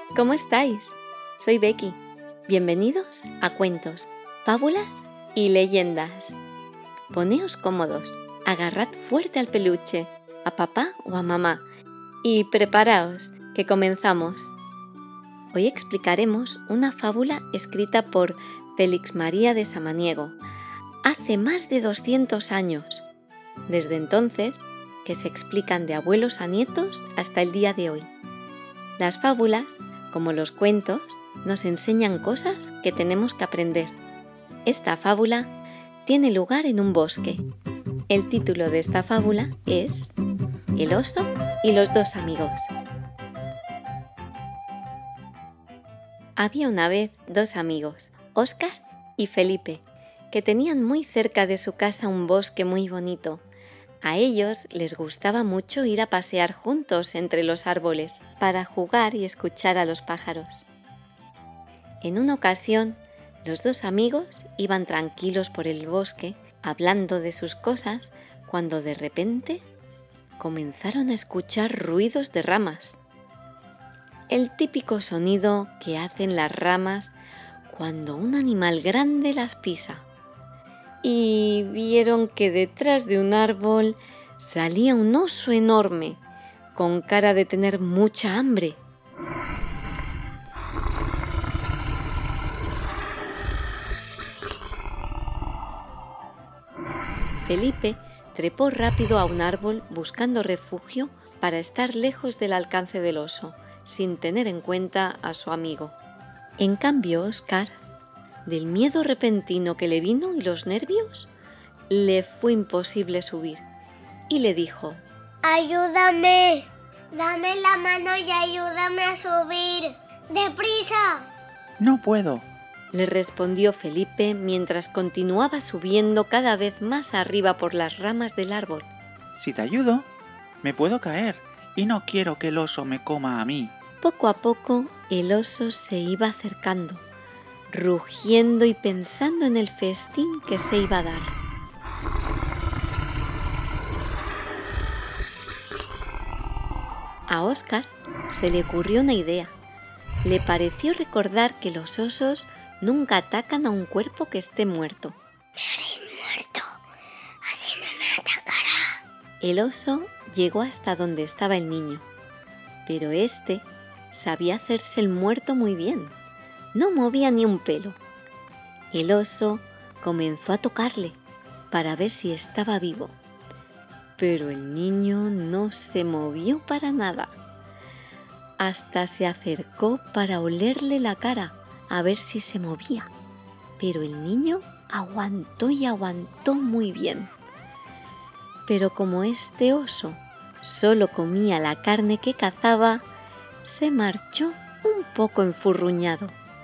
¿Cómo estáis? Soy Becky. Bienvenidos a Cuentos, Fábulas y Leyendas. Poneos cómodos, agarrad fuerte al peluche, a papá o a mamá y preparaos, que comenzamos. Hoy explicaremos una fábula escrita por Félix María de Samaniego hace más de 200 años. Desde entonces, que se explican de abuelos a nietos hasta el día de hoy. Las fábulas, como los cuentos, nos enseñan cosas que tenemos que aprender. Esta fábula tiene lugar en un bosque. El título de esta fábula es El oso y los dos amigos. Había una vez dos amigos, Óscar y Felipe, que tenían muy cerca de su casa un bosque muy bonito. A ellos les gustaba mucho ir a pasear juntos entre los árboles para jugar y escuchar a los pájaros. En una ocasión, los dos amigos iban tranquilos por el bosque hablando de sus cosas cuando de repente comenzaron a escuchar ruidos de ramas. El típico sonido que hacen las ramas cuando un animal grande las pisa. Y vieron que detrás de un árbol salía un oso enorme, con cara de tener mucha hambre. Felipe trepó rápido a un árbol buscando refugio para estar lejos del alcance del oso, sin tener en cuenta a su amigo. En cambio, Óscar, del miedo repentino que le vino y los nervios, le fue imposible subir y le dijo: ¡Ayúdame! ¡Dame la mano y ayúdame a subir! ¡Deprisa! No puedo. Le respondió Felipe mientras continuaba subiendo cada vez más arriba por las ramas del árbol. Si te ayudo, me puedo caer y no quiero que el oso me coma a mí. Poco a poco el oso se iba acercando, rugiendo y pensando en el festín que se iba a dar. A Óscar se le ocurrió una idea. Le pareció recordar que los osos nunca atacan a un cuerpo que esté muerto. Me haré muerto, así no me atacará. El oso llegó hasta donde estaba el niño, pero éste sabía hacerse el muerto muy bien. No movía ni un pelo. El oso comenzó a tocarle para ver si estaba vivo, pero el niño no se movió para nada. Hasta se acercó para olerle la cara a ver si se movía, pero el niño aguantó y aguantó muy bien. Pero como este oso solo comía la carne que cazaba, se marchó un poco enfurruñado.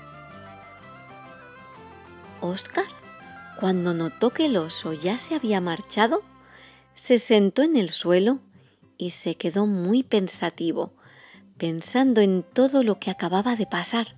Óscar, cuando notó que el oso ya se había marchado, se sentó en el suelo y se quedó muy pensativo, pensando en todo lo que acababa de pasar.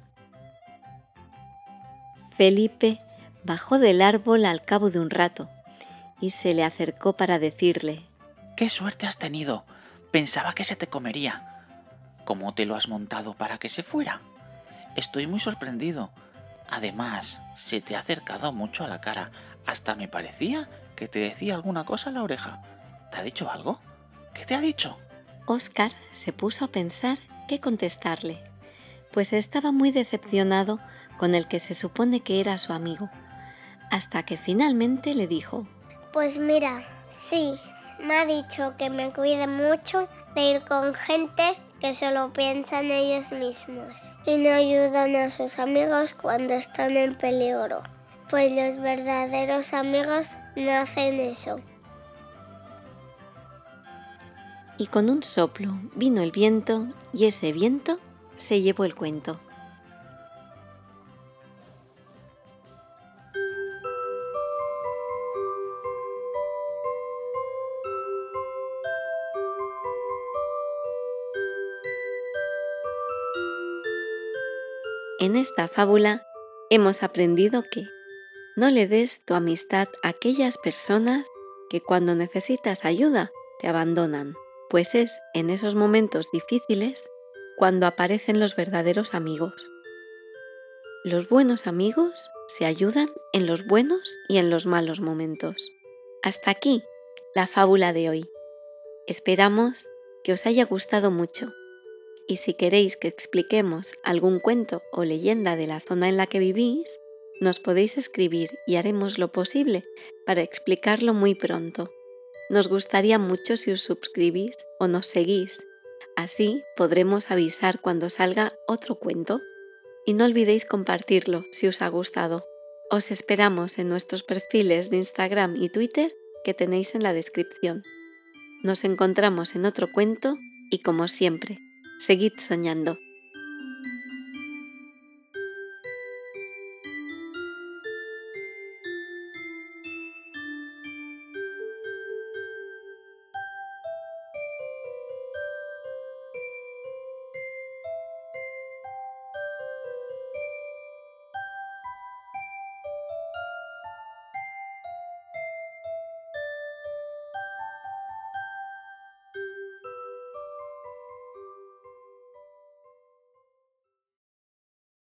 Felipe bajó del árbol al cabo de un rato y se le acercó para decirle: ¡Qué suerte has tenido! Pensaba que se te comería. ¿Cómo te lo has montado para que se fuera? Estoy muy sorprendido. Además, se te ha acercado mucho a la cara. Hasta me parecía que te decía alguna cosa en la oreja. ¿Te ha dicho algo? ¿Qué te ha dicho? Óscar se puso a pensar qué contestarle, pues estaba muy decepcionado con el que se supone que era su amigo, hasta que finalmente le dijo: Pues mira, sí, me ha dicho que me cuide mucho de ir con gente que solo piensa en ellos mismos y no ayudan a sus amigos cuando están en peligro, pues los verdaderos amigos no hacen eso. Y con un soplo vino el viento y ese viento se llevó el cuento. En esta fábula hemos aprendido que no le des tu amistad a aquellas personas que cuando necesitas ayuda te abandonan, pues es en esos momentos difíciles cuando aparecen los verdaderos amigos. Los buenos amigos se ayudan en los buenos y en los malos momentos. Hasta aquí la fábula de hoy. Esperamos que os haya gustado mucho. Y si queréis que expliquemos algún cuento o leyenda de la zona en la que vivís, nos podéis escribir y haremos lo posible para explicarlo muy pronto. Nos gustaría mucho si os suscribís o nos seguís. Así podremos avisar cuando salga otro cuento. Y no olvidéis compartirlo si os ha gustado. Os esperamos en nuestros perfiles de Instagram y Twitter que tenéis en la descripción. Nos encontramos en otro cuento y como siempre, seguid soñando.